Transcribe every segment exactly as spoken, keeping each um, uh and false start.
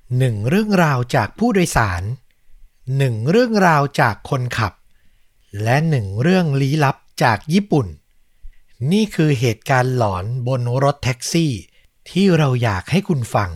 หนึ่งเรื่องราวจากผู้โดยสารหนึ่งเรื่องราวจากคนขับและหนึ่งเรื่องลี้ลับจากญี่ปุ่นนี่คือเหตุการณ์หลอนบนรถแท็กซี่ที่เราอยากให้คุณฟัง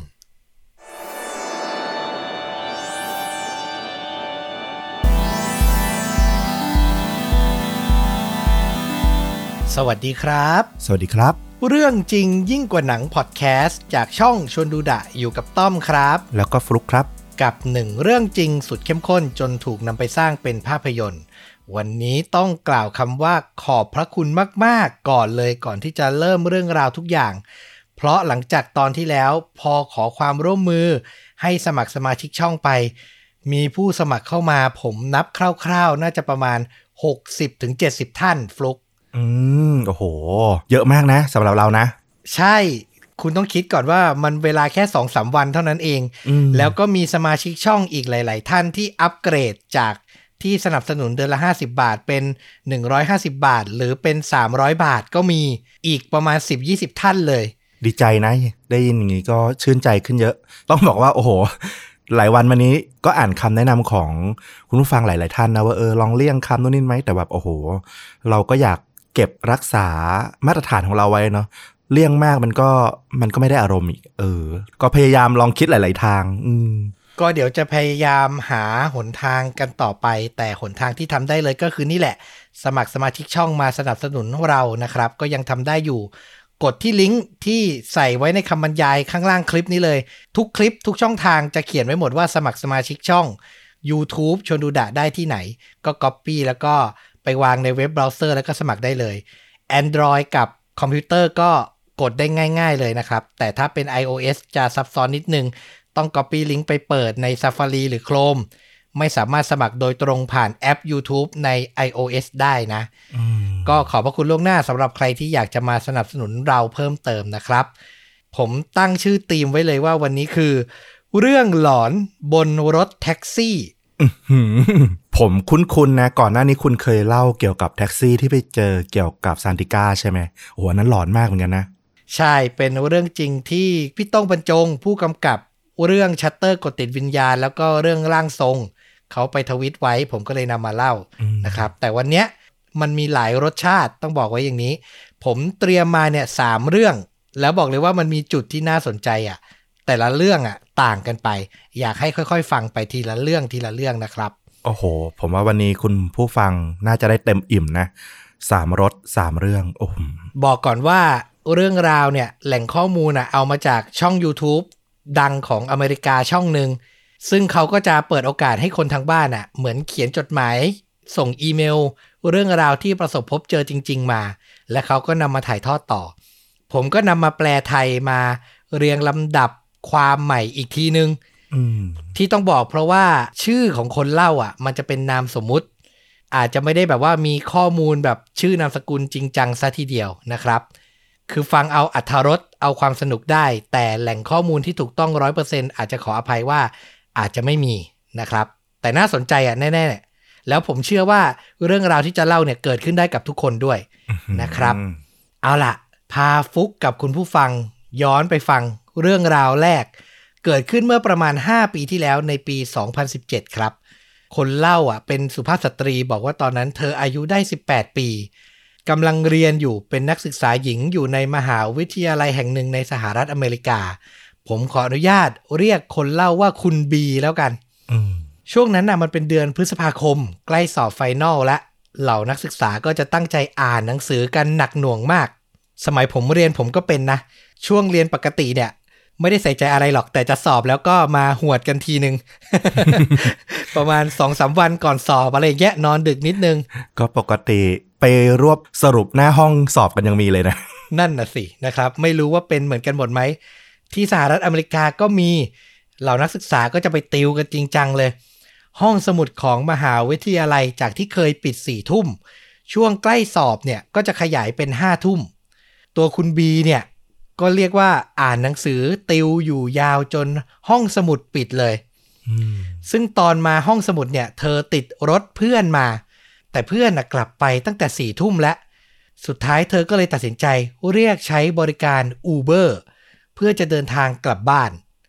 สวัสดีครับสวัสดีครับเรื่องจริงยิ่งกว่าหนังพอดแคสต์จากช่องชวนดูดะอยู่กับต้อมครับแล้วก็ฟลุ๊กครับกับหนึ่งเรื่องจริงสุดเข้มข้นจนถูกนำไปสร้างเป็นภาพยนตร์วันนี้ต้องกล่าวคำว่าขอบพระคุณมากๆก่อนเลยก่อนที่จะเริ่มเรื่องราวทุกอย่างเพราะหลังจากตอนที่แล้วพอขอความร่วมมือให้สมัครสมาชิกช่องไปมีผู้สมัครเข้ามาผมนับคร่าวๆน่าจะประมาณ หกสิบถึงเจ็ดสิบ ท่านฟลุ๊กอืมโอ้โหเยอะมากนะสำหรับเรานะใช่คุณต้องคิดก่อนว่ามันเวลาแค่ สองถึงสาม วันเท่านั้นเองแล้วก็มีสมาชิกช่องอีกหลายๆท่านที่อัปเกรดจากที่สนับสนุนเดือนละห้าสิบบาทเป็นหนึ่งร้อยห้าสิบบาทหรือเป็นสามร้อยบาทก็มีอีกประมาณ สิบถึงยี่สิบ ท่านเลยดีใจนะได้ยินอย่างนี้ก็ชื่นใจขึ้นเยอะต้องบอกว่าโอ้โหหลายวันมานี้ก็อ่านคำแนะนำของคุณผู้ฟังหลายๆท่านนะว่าเออลองเลี่ยงคำนู่นนี่ไหมแต่แบบโอ้โหเราก็อยากเก็บรักษามาตรฐานของเราไว้เนาะเลี่ยงมากมันก็มันก็ไม่ได้อารมณ์อีกเออก็พยายามลองคิดหลายๆทางอืมก็เดี๋ยวจะพยายามหาหนทางกันต่อไปแต่หนทางที่ทำได้เลยก็คือนี่แหละสมัครสมาชิกช่องมาสนับสนุนเรานะครับก็ยังทำได้อยู่กดที่ลิงก์ที่ใส่ไว้ในคำบรรยายข้างล่างคลิปนี้เลยทุกคลิปทุกช่องทางจะเขียนไว้หมดว่าสมัครสมาชิกช่อง YouTube ชวนดูดะได้ที่ไหนก็ Copy แล้วก็ไปวางในเว็บเบราว์เซอร์แล้วก็สมัครได้เลย Android กับคอมพิวเตอร์ก็กดได้ง่ายๆเลยนะครับแต่ถ้าเป็น iOS จะซับซ้อนนิดนึงต้อง Copy ลิงก์ไปเปิดใน Safari หรือ Chrome ไม่สามารถสมัครโดยตรงผ่านแอป YouTube ใน iOS ได้นะก็ขอบพระคุณล่วงหน้าสำหรับใครที่อยากจะมาสนับสนุนเราเพิ่มเติมนะครับผมตั้งชื่อธีมไว้เลยว่าวันนี้คือเรื่องหลอนบนรถแท็กซี่ผมคุ้นๆนะก่อนหน้านี้คุณเคยเล่าเกี่ยวกับแท็กซี่ที่ไปเจอเกี่ยวกับซานติก้าใช่ไหมโอ้โหนั้นหลอนมากเหมือนกันนะใช่เป็นเรื่องจริงที่พี่ต้องบรรจงผู้กำกับเรื่องชัตเตอร์กดติดวิญญาณแล้วก็เรื่องร่างทรงเขาไปทวิตไว้ผมก็เลยนำมาเล่านะครับแต่วันเนี้ยมันมีหลายรสชาติต้องบอกไว้อย่างนี้ผมเตรียมมาเนี่ยสามเรื่องแล้วบอกเลยว่ามันมีจุดที่น่าสนใจอ่ะแต่ละเรื่องอ่ะต่างกันไปอยากให้ค่อยๆฟังไปทีละเรื่องทีละเรื่องนะครับโอ้โหผมว่าวันนี้คุณผู้ฟังน่าจะได้เต็มอิ่มนะสามรสสามเรื่องโอ้บอกก่อนว่าเรื่องราวเนี่ยแหล่งข้อมูลอ่ะเอามาจากช่อง YouTube ดังของอเมริกาช่องนึงซึ่งเขาก็จะเปิดโอกาสให้คนทางบ้านอ่ะเหมือนเขียนจดหมายส่งอีเมลเรื่องราวที่ประสบพบเจอจริงๆมาและเขาก็นำมาถ่ายทอดต่อผมก็นำมาแปลไทยมาเรียงลำดับความใหม่อีกทีนึงที่ต้องบอกเพราะว่าชื่อของคนเล่าอ่ะมันจะเป็นนามสมมุติอาจจะไม่ได้แบบว่ามีข้อมูลแบบชื่อนามสกุลจริงจังซะทีเดียวนะครับคือฟังเอาอรรถรสเอาความสนุกได้แต่แหล่งข้อมูลที่ถูกต้อง ร้อยเปอร์เซ็นต์ อาจจะขออภัยว่าอาจจะไม่มีนะครับแต่น่าสนใจอ่ะแน่ๆแล้วผมเชื่อว่าเรื่องราวที่จะเล่าเนี่ยเกิดขึ้นได้กับทุกคนด้วยนะครับเอาล่ะพาฟุกกับคุณผู้ฟังย้อนไปฟังเรื่องราวแรกเกิดขึ้นเมื่อประมาณห้าปีที่แล้วในปีสองพันสิบเจ็ดครับคนเล่าอ่ะเป็นสุภาพสตรีบอกว่าตอนนั้นเธออายุได้สิบแปดปีกำลังเรียนอยู่เป็นนักศึกษาหญิงอยู่ในมหาวิทยาลัยแห่งหนึ่งในสหรัฐอเมริกาผมขออนุญาตเรียกคนเล่าว่าคุณบีแล้วกันช่วงนั้นน่ะมันเป็นเดือนพฤษภาคมใกล้สอบไฟนอลและเหล่านักศึกษาก็จะตั้งใจอ่านหนังสือกันหนักหน่วงมากสมัยผมเรียนผมก็เป็นนะช่วงเรียนปกติเนี่ยไม่ได้ใส่ใจอะไรหรอกแต่จะสอบแล้วก็มาหวดกันทีนึง ประมาณ สองถึงสาม วันก่อนสอบอะไรอย่างเงี้ยนอนดึกนิดนึงก็ปกติไปรวบสรุปหน้าห้องสอบกันยังมีเลยนะนั่นน่ะสินะครับไม่รู้ว่าเป็นเหมือนกันหมดไหมที่สหรัฐอเมริกาก็มีเหล่านักศึกษาก็จะไปติวกันจริงจังเลยห้องสมุดของมหาวิทยาลัยจากที่เคยปิดสี่ทุ่มช่วงใกล้สอบเนี่ยก็จะขยายเป็นห้าทุ่มตัวคุณบีเนี่ยก็เรียกว่าอ่านหนังสือติวอยู่ยาวจนห้องสมุดปิดเลยซึ่งตอนมาห้องสมุดเนี่ยเธอติดรถเพื่อนมาแต่เพื่อนน่ะกลับไปตั้งแต่สี่ทุ่มแล้วสุดท้ายเธอก็เลยตัดสินใจเรียกใช้บริการ Uber เพื่อจะเดินทางกลับบ้าน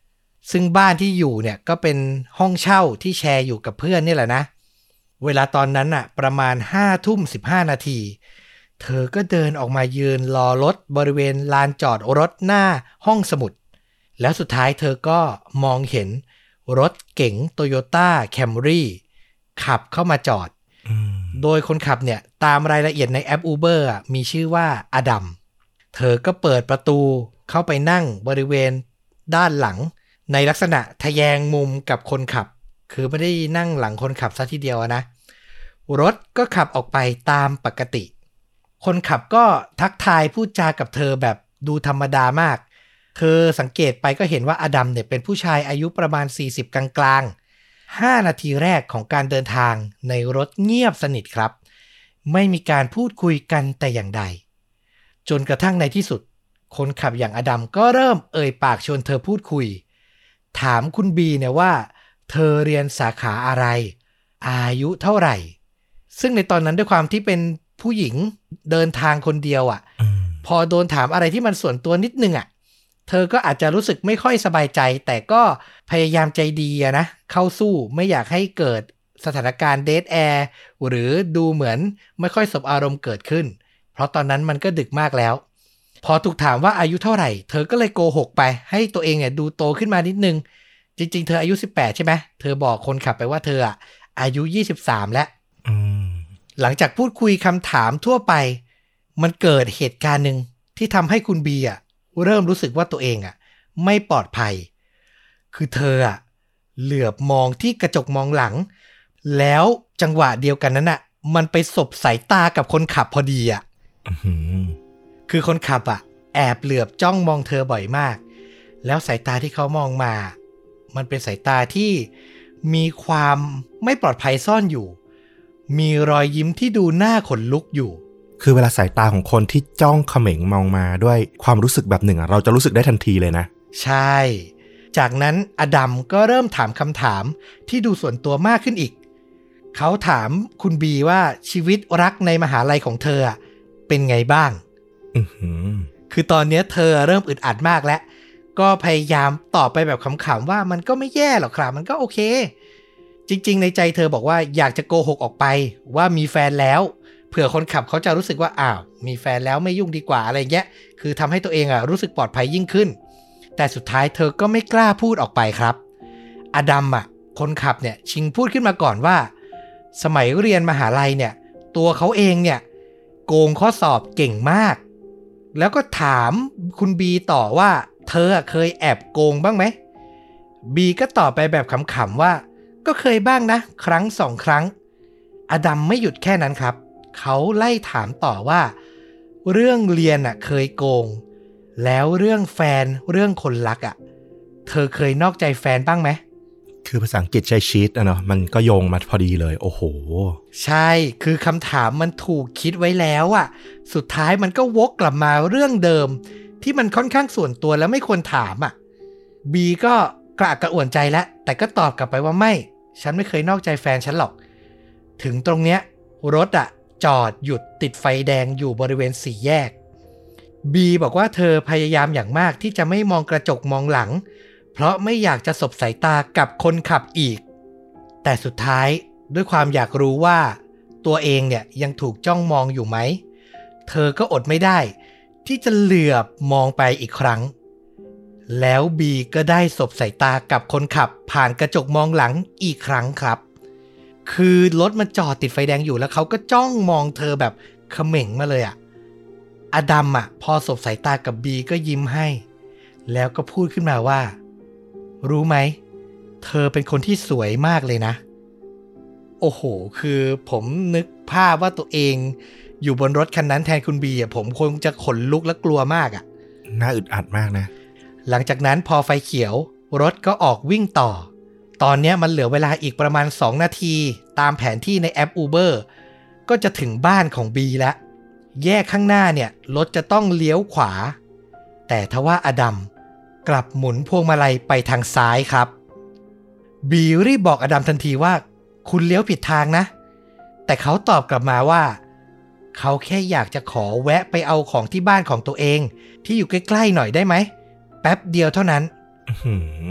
ซึ่งบ้านที่อยู่เนี่ยก็เป็นห้องเช่าที่แชร์อยู่กับเพื่อนนี่แหละนะเวลาตอนนั้นอะประมาณห้าทุ่มสิบห้านาทีเธอก็เดินออกมายืนรอรถบริเวณลานจอดรถหน้าห้องสมุดแล้วสุดท้ายเธอก็มองเห็นรถเก๋ง Toyota Camry ขับเข้ามาจอดโดยคนขับเนี่ยตามรายละเอียดในแอป Uber อ่ะมีชื่อว่าอดัมเธอก็เปิดประตูเข้าไปนั่งบริเวณด้านหลังในลักษณะทะแยงมุมกับคนขับคือไม่ได้นั่งหลังคนขับซะทีเดียวนะรถก็ขับออกไปตามปกติคนขับก็ทักทายพูดจากับเธอแบบดูธรรมดามากเธอสังเกตไปก็เห็นว่าอดัมเนี่ยเป็นผู้ชายอายุประมาณสี่สิบกลางๆห้านาทีแรกของการเดินทางในรถเงียบสนิทครับไม่มีการพูดคุยกันแต่อย่างใดจนกระทั่งในที่สุดคนขับอย่างอดัมก็เริ่มเอ่ยปากชวนเธอพูดคุยถามคุณบีเนี่ยว่าเธอเรียนสาขาอะไรอายุเท่าไหร่ซึ่งในตอนนั้นด้วยความที่เป็นผู้หญิงเดินทางคนเดียวอ่ะพอโดนถามอะไรที่มันส่วนตัวนิดนึงอ่ะเธอก็อาจจะรู้สึกไม่ค่อยสบายใจแต่ก็พยายามใจดีอะนะเข้าสู้ไม่อยากให้เกิดสถานการณ์เดทแอร์หรือดูเหมือนไม่ค่อยสบอารมณ์เกิดขึ้นเพราะตอนนั้นมันก็ดึกมากแล้วพอถูกถามว่าอายุเท่าไหร่เธอก็เลยโกหกไปให้ตัวเองเนี่ยดูโตขึ้นมานิดนึงจริงๆเธออายุสิบแปดใช่ไหมเธอบอกคนขับไปว่าเธออ่ะอายุยี่สิบสามแล้วหลังจากพูดคุยคำถามทั่วไปมันเกิดเหตุการณ์หนึ่งที่ทำให้คุณบีอ่ะเริ่มรู้สึกว่าตัวเองอ่ะไม่ปลอดภัยคือเธออ่ะเหลือบมองที่กระจกมองหลังแล้วจังหวะเดียวกันนั้นอ่ะมันไปสบสายตากับคนขับพอดีอ่ะคือคนขับอ่ะแอบเหลือบจ้องมองเธอบ่อยมากแล้วสายตาที่เขามองมามันเป็นสายตาที่มีความไม่ปลอดภัยซ่อนอยู่มีรอยยิ้มที่ดูน่าขนลุกอยู่คือเวลาสายตาของคนที่จ้องเขม็งมองมาด้วยความรู้สึกแบบหนึ่งอ่ะเราจะรู้สึกได้ทันทีเลยนะใช่จากนั้นอดัมก็เริ่มถามคำถามที่ดูส่วนตัวมากขึ้นอีกเขาถามคุณบีว่าชีวิตรักในมหาลัยของเธอเป็นไงบ้างคือตอนนี้เธอเริ่มอึดอัดมากแล้วก็พยายามตอบไปแบบขำๆว่ามันก็ไม่แย่หรอกครับมันก็โอเคจริงๆในใจเธอบอกว่าอยากจะโกหกออกไปว่ามีแฟนแล้วเผื่อคนขับเขาจะรู้สึกว่าอ้าวมีแฟนแล้วไม่ยุ่งดีกว่าอะไรเงี้ยคือทำให้ตัวเองอ่ะรู้สึกปลอดภัยยิ่งขึ้นแต่สุดท้ายเธอก็ไม่กล้าพูดออกไปครับอดัมอ่ะคนขับเนี่ยชิงพูดขึ้นมาก่อนว่าสมัยเรียนมหาลัยเนี่ยตัวเขาเองเนี่ยโกงข้อสอบเก่งมากแล้วก็ถามคุณบีต่อว่าเธอเคยแอบโกงบ้างไหมบีก็ตอบไปแบบขำๆว่าก็เคยบ้างนะครั้งสองครั้งอดัมไม่หยุดแค่นั้นครับเขาไล่ถามต่อว่าเรื่องเรียนอ่ะเคยโกงแล้วเรื่องแฟนเรื่องคนรักอ่ะเธอเคยนอกใจแฟนบ้างไหมคือภาษาอังกฤษใช้ชีทอะเนาะมันก็โยงมาพอดีเลยโอ้โหใช่คือคำถามมันถูกคิดไว้แล้วอ่ะสุดท้ายมันก็วกกลับมาเรื่องเดิมที่มันค่อนข้างส่วนตัวแล้วไม่ควรถามอ่ะบีก็กระอักกระอ่วนใจแล้วแต่ก็ตอบกลับไปว่าไม่ฉันไม่เคยนอกใจแฟนฉันหรอกถึงตรงเนี้ยรถอ่ะจอดหยุดติดไฟแดงอยู่บริเวณสี่แยกบีบอกว่าเธอพยายามอย่างมากที่จะไม่มองกระจกมองหลังเพราะไม่อยากจะสบสายตากับคนขับอีกแต่สุดท้ายด้วยความอยากรู้ว่าตัวเองเนี่ยยังถูกจ้องมองอยู่ไหมเธอก็อดไม่ได้ที่จะเหลือบมองไปอีกครั้งแล้วบีก็ได้สบสายตากับคนขับผ่านกระจกมองหลังอีกครั้งครับคือรถมันจอดติดไฟแดงอยู่แล้วเขาก็จ้องมองเธอแบบเขม่งมาเลยอ่ะอดัมอ่ะพอสบสายตากับบีก็ยิ้มให้แล้วก็พูดขึ้นมาว่ารู้ไหมเธอเป็นคนที่สวยมากเลยนะโอ้โหคือผมนึกภาพว่าตัวเองอยู่บนรถคันนั้นแทนคุณบีอ่ะผมคงจะขนลุกและกลัวมากอ่ะน่าอึดอัดมากนะหลังจากนั้นพอไฟเขียวรถก็ออกวิ่งต่อตอนนี้มันเหลือเวลาอีกประมาณสองนาทีตามแผนที่ในแอป Uber ก็จะถึงบ้านของบีแล้วแยกข้างหน้าเนี่ยรถจะต้องเลี้ยวขวาแต่ทว่าอดัมกลับหมุนพวงมาลัยไปทางซ้ายครับบีรีบบอกอดัมทันทีว่าคุณเลี้ยวผิดทางนะแต่เขาตอบกลับมาว่าเขาแค่อยากจะขอแวะไปเอาของที่บ้านของตัวเองที่อยู่ใกล้ๆหน่อยได้ไหมแป๊บเดียวเท่านั้น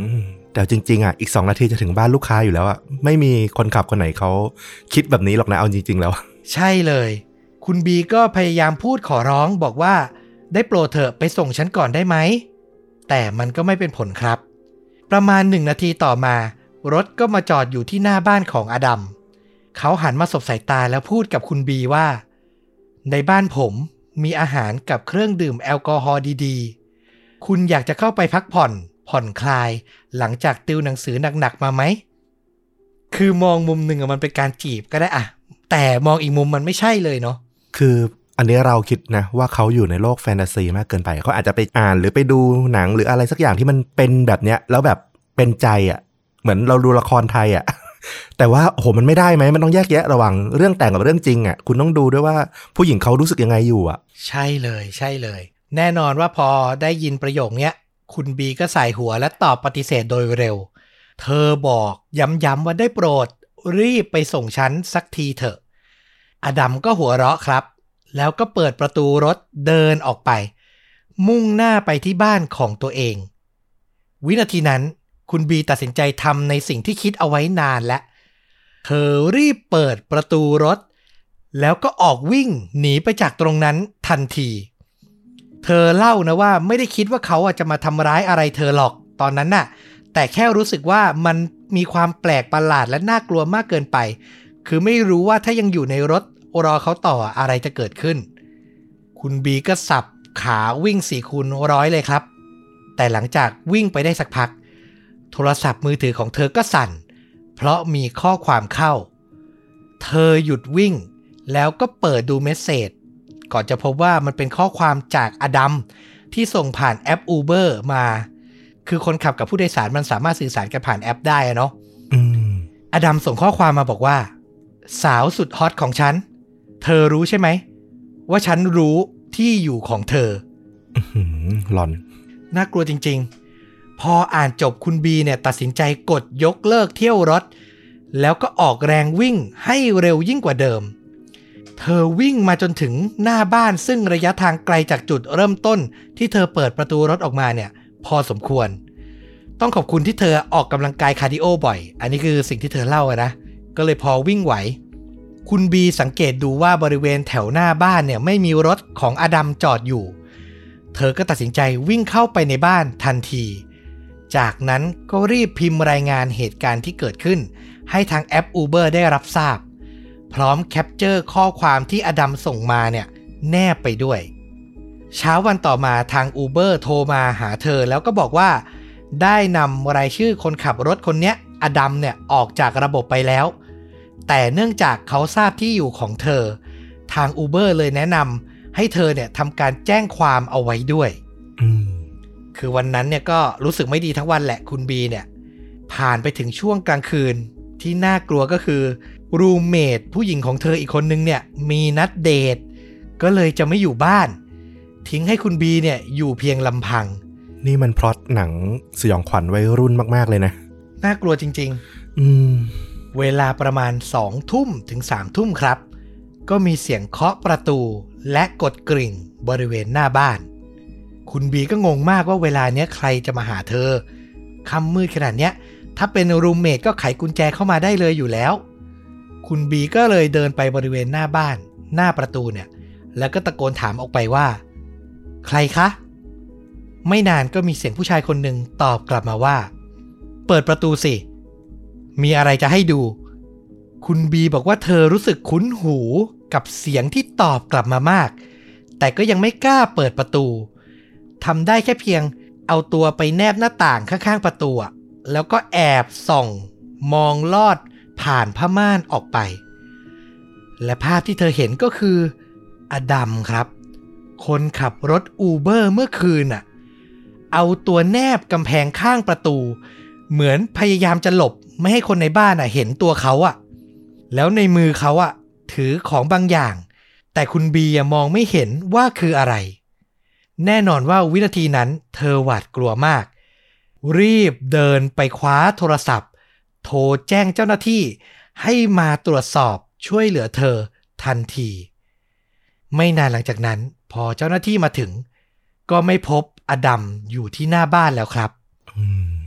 แต่จริงๆอ่ะอีกสองนาทีจะถึงบ้านลูกค้าอยู่แล้วอ่ะไม่มีคนขับคนไหนเขาคิดแบบนี้หรอกนะเอาจริงๆแล้วใช่เลยคุณบีก็พยายามพูดขอร้องบอกว่าได้โปรดเถอะไปส่งฉันก่อนได้ไหมแต่มันก็ไม่เป็นผลครับประมาณหนึ่งนาทีต่อมารถก็มาจอดอยู่ที่หน้าบ้านของอดัมเขาหันมาสบสายตาแล้วพูดกับคุณบีว่าในบ้านผมมีอาหารกับเครื่องดื่มแอลกอฮอล์ดีๆคุณอยากจะเข้าไปพักผ่อนผ่อนคลายหลังจากติวหนังสือหนักๆมาไหมคือมองมุมหนึ่งมันเป็นการจีบก็ได้อะแต่มองอีกมุมมันไม่ใช่เลยเนาะคืออันนี้เราคิดนะว่าเขาอยู่ในโลกแฟนตาซีมากเกินไปเขาอาจจะไปอ่านหรือไปดูหนังหรืออะไรสักอย่างที่มันเป็นแบบเนี้ยแล้วแบบเป็นใจอ่ะเหมือนเราดูละครไทยอ่ะ แต่ว่าโอ้โหมันไม่ได้ไหมมันต้องแยกแยะระหว่างเรื่องแต่งกับเรื่องจริงอ่ะคุณต้องดูด้วยว่าผู้หญิงเขารู้สึกยังไงอยู่อ่ะใช่เลยใช่เลยแน่นอนว่าพอได้ยินประโยคเนี้ยคุณบีก็ใส่หัวและตอบปฏิเสธโดยเร็วเธอบอกย้ำๆว่าได้โปรดรีบไปส่งฉันสักทีเถอะอดัมก็หัวเราะครับแล้วก็เปิดประตูรถเดินออกไปมุ่งหน้าไปที่บ้านของตัวเองวินาทีนั้นคุณบีตัดสินใจทำในสิ่งที่คิดเอาไว้นานและเธอรีบเปิดประตูรถแล้วก็ออกวิ่งหนีไปจากตรงนั้นทันทีเธอเล่านะว่าไม่ได้คิดว่าเขาจะมาทำร้ายอะไรเธอหรอกตอนนั้นน่ะแต่แค่รู้สึกว่ามันมีความแปลกประหลาดและน่ากลัวมากเกินไปคือไม่รู้ว่าถ้ายังอยู่ในรถรอเขาต่ออะไรจะเกิดขึ้นคุณบีก็สับขาวิ่งสี่คูณร้อยเลยครับแต่หลังจากวิ่งไปได้สักพักโทรศัพท์มือถือของเธอก็สั่นเพราะมีข้อความเข้าเธอหยุดวิ่งแล้วก็เปิดดูเมสเสจก่อนจะพบว่ามันเป็นข้อความจากอดัมที่ส่งผ่านแอป Uber มาคือคนขับกับผู้โดยสารมันสามารถสื่อสารกันผ่านแอปได้อะเนาะอดัมส่งข้อความมาบอกว่าสาวสุดฮอตของฉันเธอรู้ใช่ไหมว่าฉันรู้ที่อยู่ของเธอหลอนน่ากลัวจริงๆพออ่านจบคุณบีเนี่ยตัดสินใจกดยกเลิกเที่ยวรถแล้วก็ออกแรงวิ่งให้เร็วยิ่งกว่าเดิมเธอวิ่งมาจนถึงหน้าบ้านซึ่งระยะทางไกลจากจุดเริ่มต้นที่เธอเปิดประตูรถออกมาเนี่ยพอสมควรต้องขอบคุณที่เธอออกกำลังกายคาร์ดิโอบ่อยอันนี้คือสิ่งที่เธอเล่าอะนะก็เลยพอวิ่งไหวคุณบีสังเกตดูว่าบริเวณแถวหน้าบ้านเนี่ยไม่มีรถของอดัมจอดอยู่เธอก็ตัดสินใจวิ่งเข้าไปในบ้านทันทีจากนั้นก็รีบพิมพ์รายงานเหตุการณ์ที่เกิดขึ้นให้ทางแอป Uber ได้รับทราบพร้อมแคปเจอร์ข้อความที่อดัมส่งมาเนี่ยแนบไปด้วยเช้าวันต่อมาทาง Uber โทรมาหาเธอแล้วก็บอกว่าได้นำรายชื่อคนขับรถคนเนี้ยอดัมเนี่ยออกจากระบบไปแล้วแต่เนื่องจากเขาทราบที่อยู่ของเธอทาง Uber เลยแนะนำให้เธอเนี่ยทำการแจ้งความเอาไว้ด้วยคือวันนั้นเนี่ยก็รู้สึกไม่ดีทั้งวันแหละคุณบีเนี่ยผ่านไปถึงช่วงกลางคืนที่น่ากลัวก็คือรูมเมทผู้หญิงของเธออีกคนนึงเนี่ยมีนัดเดทก็เลยจะไม่อยู่บ้านทิ้งให้คุณบีเนี่ยอยู่เพียงลำพังนี่มันพล็อตหนังสยองขวัญวัยรุ่นมากๆเลยนะน่ากลัวจริงๆอืมเวลาประมาณสองทุ่มถึงสามทุ่มครับก็มีเสียงเคาะประตูและกดกริ่งบริเวณหน้าบ้านคุณบีก็งงมากว่าเวลาเนี้ยใครจะมาหาเธอค่ำมืดขนาดเนี้ยถ้าเป็นรูมเมทก็ไขกุญแจเข้ามาได้เลยอยู่แล้วคุณบีก็เลยเดินไปบริเวณหน้าบ้านหน้าประตูเนี่ยแล้วก็ตะโกนถามออกไปว่าใครคะไม่นานก็มีเสียงผู้ชายคนหนึ่งตอบกลับมาว่าเปิดประตูสิมีอะไรจะให้ดูคุณบีบอกว่าเธอรู้สึกคุ้นหูกับเสียงที่ตอบกลับมามากแต่ก็ยังไม่กล้าเปิดประตูทำได้แค่เพียงเอาตัวไปแนบหน้าต่างข้างๆประตูแล้วก็แอบส่องมองลอดผ่านผ้าม่านออกไปและภาพที่เธอเห็นก็คืออดัมครับคนขับรถ Uber เมื่อคืนน่ะเอาตัวแนบกำแพงข้างประตูเหมือนพยายามจะหลบไม่ให้คนในบ้านน่ะเห็นตัวเขาอ่ะแล้วในมือเขาอ่ะถือของบางอย่างแต่คุณบีมองไม่เห็นว่าคืออะไรแน่นอนว่าวินาทีนั้นเธอหวาดกลัวมากรีบเดินไปคว้าโทรศัพท์โทรแจ้งเจ้าหน้าที่ให้มาตรวจสอบช่วยเหลือเธอทันทีไม่นานหลังจากนั้นพอเจ้าหน้าที่มาถึงก็ไม่พบอดัมอยู่ที่หน้าบ้านแล้วครับ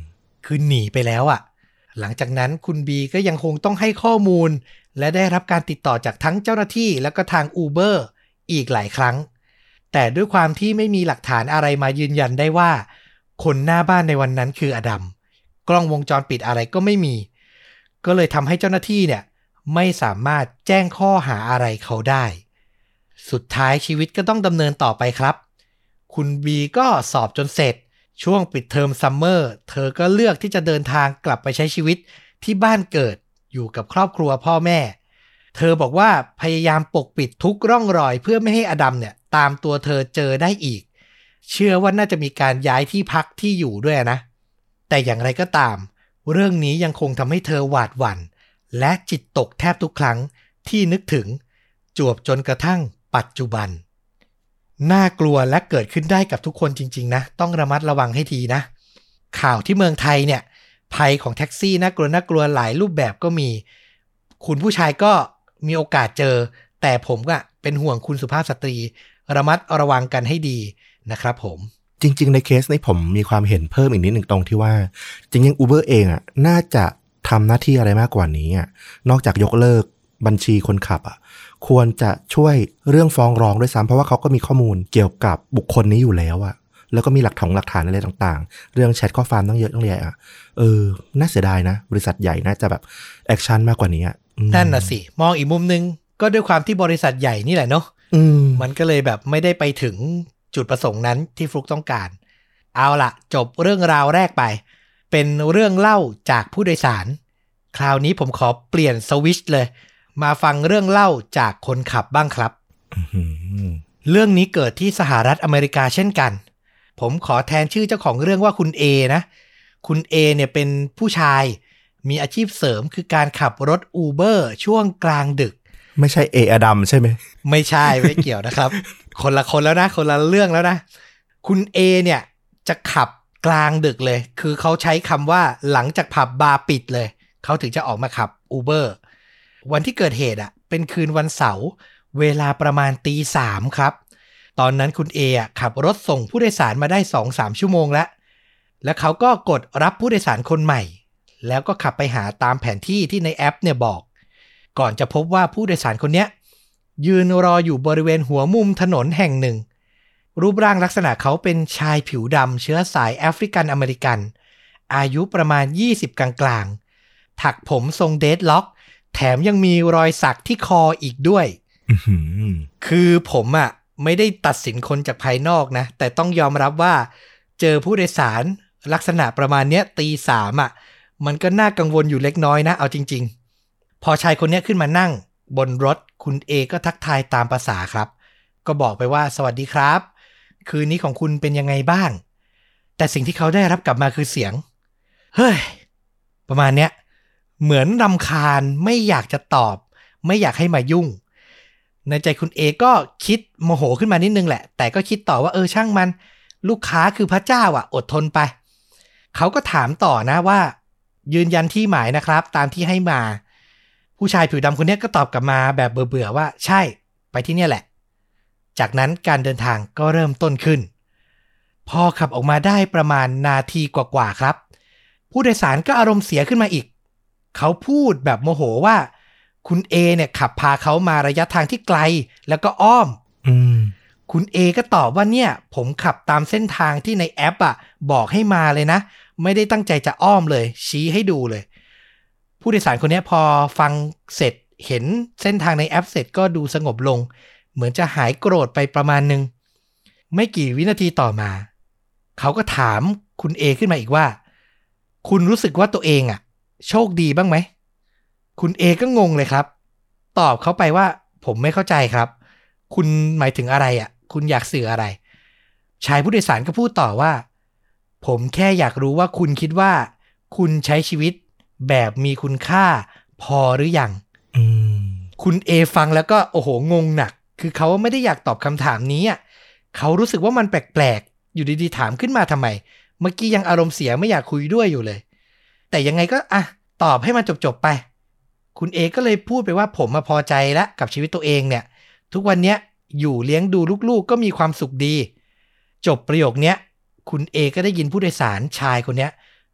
คือหนีไปแล้วอ่ะหลังจากนั้นคุณบีก็ยังคงต้องให้ข้อมูลและได้รับการติดต่อจากทั้งเจ้าหน้าที่แล้วก็ทาง Uber อีกหลายครั้งแต่ด้วยความที่ไม่มีหลักฐานอะไรมายืนยันได้ว่าคนหน้าบ้านในวันนั้นคืออดัมกล้องวงจรปิดอะไรก็ไม่มีก็เลยทำให้เจ้าหน้าที่เนี่ยไม่สามารถแจ้งข้อหาอะไรเขาได้สุดท้ายชีวิตก็ต้องดำเนินต่อไปครับคุณบีก็สอบจนเสร็จช่วงปิดเทอมซัมเมอร์เธอก็เลือกที่จะเดินทางกลับไปใช้ชีวิตที่บ้านเกิดอยู่กับครอบครัวพ่อแม่เธอบอกว่าพยายามปกปิดทุกร่องรอยเพื่อไม่ให้อดัมเนี่ยตามตัวเธอเจอได้อีกเชื่อว่าน่าจะมีการย้ายที่พักที่อยู่ด้วยนะแต่อย่างไรก็ตามเรื่องนี้ยังคงทำให้เธอหวาดหวั่นและจิตตกแทบทุกครั้งที่นึกถึงจวบจนกระทั่งปัจจุบันน่ากลัวและเกิดขึ้นได้กับทุกคนจริงๆนะต้องระมัดระวังให้ทีนะข่าวที่เมืองไทยเนี่ยภัยของแท็กซี่น่ากลัวน่ากลัวหลายรูปแบบก็มีคุณผู้ชายก็มีโอกาสเจอแต่ผมก็เป็นห่วงคุณสุภาพสตรีระมัดระวังกันให้ดีนะครับผมจริงๆในเคสนี้ผมมีความเห็นเพิ่มอีกนิดหนึ่งตรงที่ว่าจริงๆ Uber เองอ่ะน่าจะทำหน้าที่อะไรมากกว่านี้อ่ะนอกจากยกเลิกบัญชีคนขับอ่ะควรจะช่วยเรื่องฟ้องร้องด้วยซ้ำเพราะว่าเขาก็มีข้อมูลเกี่ยวกับบุคคลนี้อยู่แล้วอ่ะแล้วก็มีหลักฐานหลักฐานอะไรต่างๆเรื่องแชทข้อความต้องเยอะต้องแยะอ่ะเออน่าเสียดายนะบริษัทใหญ่น่าจะแบบแอคชั่นมากกว่านี้อ่ะนั่นน่ะสิมองอีกมุมนึงก็ด้วยความที่บริษัทใหญ่นี่แหละเนาะมันก็เลยแบบไม่ได้ไปถึงจุดประสงค์นั้นที่ฟลุกต้องการเอาล่ะจบเรื่องราวแรกไปเป็นเรื่องเล่าจากผู้โดยสารคราวนี้ผมขอเปลี่ยนสวิตช์เลยมาฟังเรื่องเล่าจากคนขับบ้างครับ เรื่องนี้เกิดที่สหรัฐอเมริกาเช่นกันผมขอแทนชื่อเจ้าของเรื่องว่าคุณ A นะคุณ A เนี่ยเป็นผู้ชายมีอาชีพเสริมคือการขับรถ Uber ช่วงกลางดึกไม่ใช่ A อดัมใช่ไหมไม่ใช่ไม่เกี่ยวนะครับ คนละคนแล้วนะคนละเรื่องแล้วนะคุณ A เนี่ยจะขับกลางดึกเลยคือเขาใช้คำว่าหลังจากผับบาร์ปิดเลยเขาถึงจะออกมาขับ Uber วันที่เกิดเหตุอ่ะเป็นคืนวันเสาร์เวลาประมาณตีสามครับตอนนั้นคุณ A อ่ะขับรถส่งผู้โดยสารมาได้ สองถึงสาม ชั่วโมงแล้วแล้วเขาก็กดรับผู้โดยสารคนใหม่แล้วก็ขับไปหาตามแผนที่ที่ในแอปเนี่ยบอกก่อนจะพบว่าผู้โดยสารคนเนี้ยยืนรออยู่บริเวณหัวมุมถนนแห่งหนึ่งรูปร่างลักษณะเขาเป็นชายผิวดำเชื้อสายแอฟริกันอเมริกันอายุประมาณยี่สิบกลางๆถักผมทรงเดดล็อกแถมยังมีรอยสักที่คออีกด้วย คือผมอ่ะไม่ได้ตัดสินคนจากภายนอกนะแต่ต้องยอมรับว่าเจอผู้โดยสารลักษณะประมาณเนี้ยตีสามอ่ะมันก็น่ากังวลอยู่เล็กน้อยนะเอาจริงๆพอชายคนนี้ขึ้นมานั่งบนรถคุณเอก็ทักทายตามภาษาครับก็บอกไปว่าสวัสดีครับคืนนี้ของคุณเป็นยังไงบ้างแต่สิ่งที่เขาได้รับกลับมาคือเสียงเฮ้ยประมาณเนี้ยเหมือนรำคาญไม่อยากจะตอบไม่อยากให้มายุ่งในใจคุณเอก็คิดโมโหขึ้นมานิดนึงแหละแต่ก็คิดต่อว่าเออช่างมันลูกค้าคือพระเจ้าอ่ะอดทนไปเขาก็ถามต่อนะว่ายืนยันที่หมายนะครับตามที่ให้มาผู้ชายผิวดำคนนี้ก็ตอบกลับมาแบบเบื่อๆว่าใช่ไปที่นี่แหละจากนั้นการเดินทางก็เริ่มต้นขึ้นพอขับออกมาได้ประมาณนาทีกว่าๆครับผู้โดยสารก็อารมณ์เสียขึ้นมาอีกเขาพูดแบบโมโหว่าคุณ A เนี่ยขับพาเขามาระยะทางที่ไกลแล้วก็อ้อมอืมคุณ A ก็ตอบว่าเนี่ยผมขับตามเส้นทางที่ในแอปอ่ะบอกให้มาเลยนะไม่ได้ตั้งใจจะอ้อมเลยชี้ให้ดูเลยผู้โดยสารคนนี้พอฟังเสร็จเห็นเส้นทางในแอปเสร็จก็ดูสงบลงเหมือนจะหายโกรธไปประมาณนึงไม่กี่วินาทีต่อมาเขาก็ถามคุณ A ขึ้นมาอีกว่าคุณรู้สึกว่าตัวเองอ่ะโชคดีบ้างไหมคุณ A ก็งงเลยครับตอบเขาไปว่าผมไม่เข้าใจครับคุณหมายถึงอะไรอ่ะคุณอยากสื่ออะไรชายผู้โดยสารก็พูดต่อว่าผมแค่อยากรู้ว่าคุณคิดว่าคุณใช้ชีวิตแบบมีคุณค่าพอหรือยังคุณ A ฟังแล้วก็โอ้โหงงหนักคือเขาไม่ได้อยากตอบคำถามนี้อ่ะเขารู้สึกว่ามันแปลกๆอยู่ดีๆถามขึ้นมาทำไมเมื่อกี้ยังอารมณ์เสียไม่อยากคุยด้วยอยู่เลยแต่ยังไงก็อ่ะตอบให้มันจบๆไปคุณ A ก็เลยพูดไปว่าผมมาพอใจแล้วกับชีวิตตัวเองเนี่ยทุกวันเนี้ยอยู่เลี้ยงดูลูกๆก็มีความสุขดีจบประโยคเนี้ยคุณ A ก็ได้ยินผู้โดยสารชายคนเนี้ย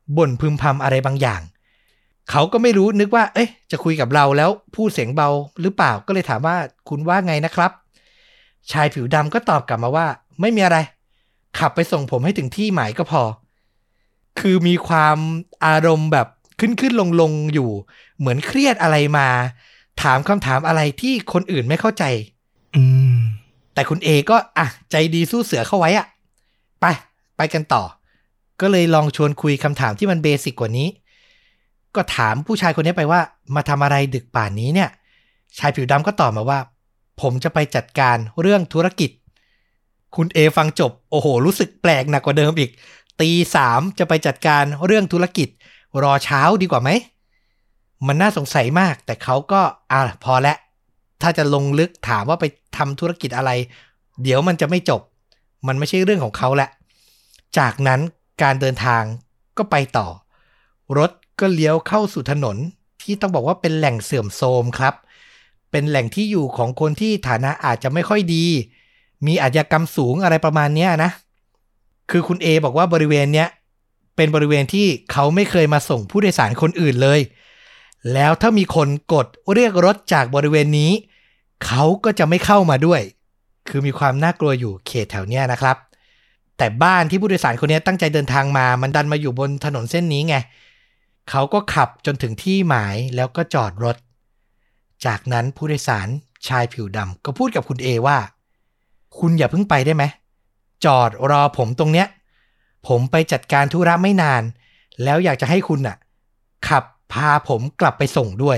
บ่นพึมพำอะไรบางอย่างเขาก็ไม่รู้นึกว่าเอ๊ะจะคุยกับเราแล้วพูดเสียงเบาหรือเปล่าก็เลยถามว่าคุณว่าไงนะครับชายผิวดำก็ตอบกลับมาว่าไม่มีอะไรขับไปส่งผมให้ถึงที่หมายก็พอคือมีความอารมณ์แบบขึ้นขึ้นลงลงอยู่เหมือนเครียดอะไรมาถามคำถามอะไรที่คนอื่นไม่เข้าใจอืมแต่คุณเอก็อ่ะใจดีสู้เสือเข้าไว้อ่ะไปไปกันต่อก็เลยลองชวนคุยคำถามที่มันเบสิกกว่านี้ก็ถามผู้ชายคนนี้ไปว่ามาทำอะไรดึกป่านนี้เนี่ยชายผิวดำก็ตอบมาว่าผมจะไปจัดการเรื่องธุรกิจคุณเอฟังจบโอ้โหรู้สึกแปลกหนักกว่าเดิมอีกตีสามจะไปจัดการเรื่องธุรกิจรอเช้าดีกว่าไหมมันน่าสงสัยมากแต่เขาก็อ่ะพอแล้วถ้าจะลงลึกถามว่าไปทำธุรกิจอะไรเดี๋ยวมันจะไม่จบมันไม่ใช่เรื่องของเขาแหละจากนั้นการเดินทางก็ไปต่อรถก็เลี้ยวเข้าสู่ถนนที่ต้องบอกว่าเป็นแหล่งเสื่อมโทรมครับเป็นแหล่งที่อยู่ของคนที่ฐานะอาจจะไม่ค่อยดีมีอาชญากรรมสูงอะไรประมาณนี้นะคือคุณเอบอกว่าบริเวณเนี้ยเป็นบริเวณที่เขาไม่เคยมาส่งผู้โดยสารคนอื่นเลยแล้วถ้ามีคนกดเรียกรถจากบริเวณนี้เขาก็จะไม่เข้ามาด้วยคือมีความน่ากลัวอยู่เขตแถวเนี้ยนะครับแต่บ้านที่ผู้โดยสารคนนี้ตั้งใจเดินทางมามันดันมาอยู่บนถนนเส้นนี้ไงเขาก็ขับจนถึงที่หมายแล้วก็จอดรถจากนั้นผู้โดยสารชายผิวดำก็พูดกับคุณเอว่าคุณอย่าเพิ่งไปได้ไหมจอดรอผมตรงเนี้ยผมไปจัดการธุระไม่นานแล้วอยากจะให้คุณน่ะขับพาผมกลับไปส่งด้วย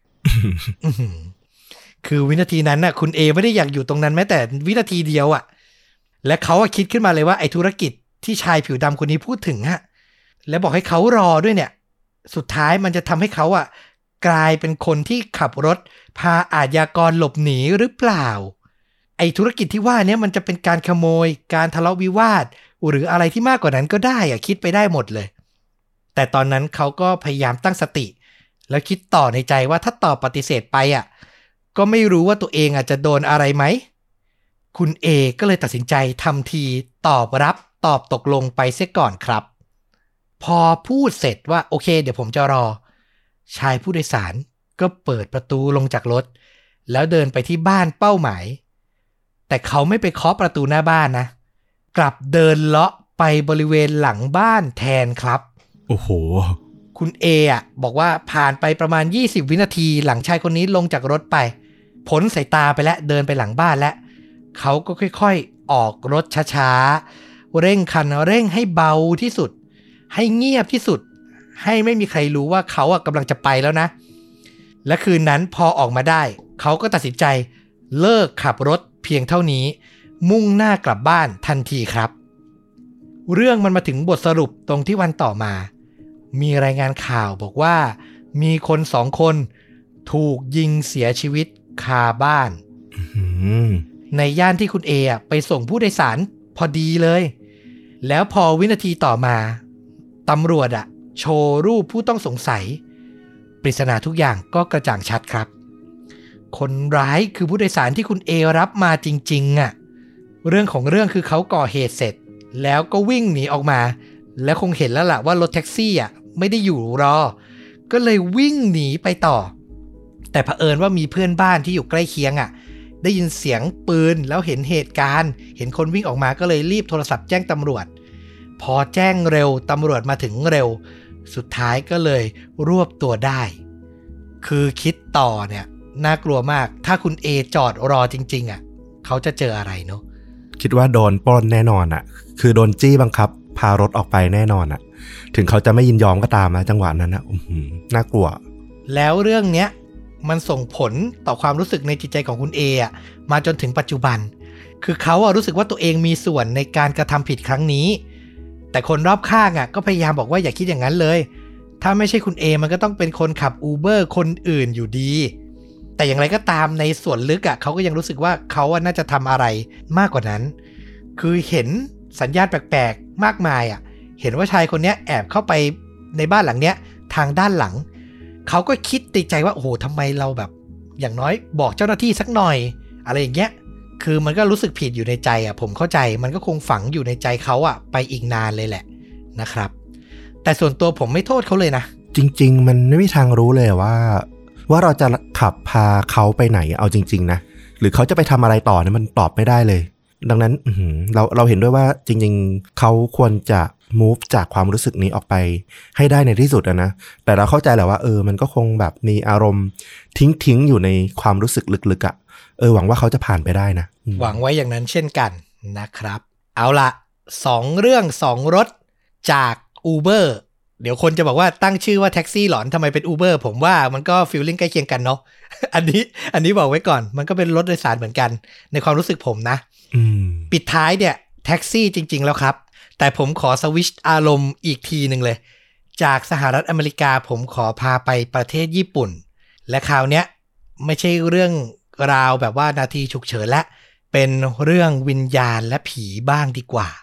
คือวินาทีนั้นน่ะคุณเอไม่ได้อยากอยู่ตรงนั้นแม้แต่วินาทีเดียวอ่ะและเขาคิดขึ้นมาเลยว่าไอ้ธุรกิจที่ชายผิวดำคนนี้พูดถึงฮะและบอกให้เขารอด้วยเนี่ยสุดท้ายมันจะทำให้เขาอ่ะกลายเป็นคนที่ขับรถพาอาชญากรหลบหนีหรือเปล่าไอ้ธุรกิจที่ว่านี้มันจะเป็นการขโมยการทะเลาะวิวาทหรืออะไรที่มากกว่านั้นก็ได้อ่ะคิดไปได้หมดเลยแต่ตอนนั้นเขาก็พยายามตั้งสติแล้วคิดต่อในใจว่าถ้าตอบปฏิเสธไปอ่ะก็ไม่รู้ว่าตัวเองอาจจะโดนอะไรไหมคุณเอก็เลยตัดสินใจทำทีตอบรับตอบตกลงไปเสียก่อนครับพอพูดเสร็จว่าโอเคเดี๋ยวผมจะรอชายผู้โดยสารก็เปิดประตูลงจากรถแล้วเดินไปที่บ้านเป้าหมายแต่เขาไม่ไปเคาะประตูหน้าบ้านนะกลับเดินเลาะไปบริเวณหลังบ้านแทนครับโอ้โหคุณเออ่ะบอกว่าผ่านไปประมาณยี่สิบวินาทีหลังชายคนนี้ลงจากรถไปพ้นสายตาไปแล้วเดินไปหลังบ้านแล้วเขาก็ค่อยๆออกรถช้าๆเร่งคันเร่งให้เบาที่สุดให้เงียบที่สุดให้ไม่มีใครรู้ว่าเขาอ่ะกำลังจะไปแล้วนะและคืนนั้นพอออกมาได้เขาก็ตัดสินใจเลิกขับรถเพียงเท่านี้มุ่งหน้ากลับบ้านทันทีครับเรื่องมันมาถึงบทสรุปตรงที่วันต่อมามีรายงานข่าวบอกว่ามีคนสองคนถูกยิงเสียชีวิตคาบ้าน ในย่านที่คุณเออ่ะไปส่งผู้โดยสารพอดีเลยแล้วพอวินาทีต่อมาตำรวจอ่ะโชว์รูปผู้ต้องสงสัยปริศนาทุกอย่างก็กระจ่างชัดครับคนร้ายคือผู้โดยสารที่คุณเอรับมาจริงๆอ่ะเรื่องของเรื่องคือเขาก่อเหตุเสร็จแล้วก็วิ่งหนีออกมาแล้วคงเห็นแล้วล่ะว่ารถแท็กซี่อ่ะไม่ได้อยู่รอก็เลยวิ่งหนีไปต่อแต่เผอิญว่ามีเพื่อนบ้านที่อยู่ใกล้เคียงอ่ะได้ยินเสียงปืนแล้วเห็นเหตุการณ์เห็นคนวิ่งออกมาก็เลยรีบโทรศัพท์แจ้งตำรวจพอแจ้งเร็วตำรวจมาถึงเร็วสุดท้ายก็เลยรวบตัวได้คือคิดต่อเนี่ยน่ากลัวมากถ้าคุณเอจอดรอจริงๆอ่ะเขาจะเจออะไรเนาะคิดว่าโดนปล้นแน่นอนอ่ะคือโดนจี้บังคับพารถออกไปแน่นอนอ่ะถึงเขาจะไม่ยินยอมก็ตามนะจังหวะนั้นนะน่ากลัวแล้วเรื่องเนี้ยมันส่งผลต่อความรู้สึกในจิตใจของคุณเออ่ะมาจนถึงปัจจุบันคือเขาอ่ะรู้สึกว่าตัวเองมีส่วนในการกระทำผิดครั้งนี้แต่คนรอบข้างอ่ะก็พยายามบอกว่าอย่าคิดอย่างนั้นเลยถ้าไม่ใช่คุณเอมันก็ต้องเป็นคนขับ Uber คนอื่นอยู่ดีแต่อย่างไรก็ตามในส่วนลึกอ่ะเขาก็ยังรู้สึกว่าเขาอ่ะน่าจะทำอะไรมากกว่านั้นคือเห็นสัญญาณแปลกๆมากมายอ่ะเห็นว่าชายคนนี้แอบเข้าไปในบ้านหลังเนี้ยทางด้านหลังเขาก็คิดในใจว่าโอ้โหทำไมเราแบบอย่างน้อยบอกเจ้าหน้าที่สักหน่อยอะไรอย่างเงี้ยคือมันก็รู้สึกผิดอยู่ในใจอ่ะผมเข้าใจมันก็คงฝังอยู่ในใจเขาอ่ะไปอีกนานเลยแหละนะครับแต่ส่วนตัวผมไม่โทษเขาเลยนะจริงๆมันไม่มีทางรู้เลยว่าว่าเราจะขับพาเขาไปไหนเอาจริงๆนะหรือเขาจะไปทำอะไรต่อเนี่ยมันตอบไม่ได้เลยดังนั้นเราเราเห็นด้วยว่าจริงๆเขาควรจะ move จากความรู้สึกนี้ออกไปให้ได้ในที่สุดนะแต่เราเข้าใจแหละว่าเออมันก็คงแบบมีอารมณ์ทิ้งๆอยู่ในความรู้สึกลึกๆอ่ะเออหวังว่าเขาจะผ่านไปได้นะหวังไว้อย่างนั้นเช่นกันนะครับเอาละสองเรื่องสองรถจาก Uber เดี๋ยวคนจะบอกว่าตั้งชื่อว่าแท็กซี่หลอนทำไมเป็น Uber ผมว่ามันก็ฟีลลิ่งใกล้เคียงกันเนาะ อันนี้อันนี้บอกไว้ก่อนมันก็เป็นรถโดยสารเหมือนกันในความรู้สึกผมนะปิดท้ายเนี่ยแท็กซี่จริงๆแล้วครับแต่ผมขอสวิชอารมณ์อีกทีนึงเลยจากสหรัฐอเมริกาผมขอพาไปประเทศญี่ปุ่นและคราวเนี้ยไม่ใช่เรื่องราวแบบว่านาทีฉุกเฉินและเป็นเรื่องวิญญาณและผีบ้างดีกว่า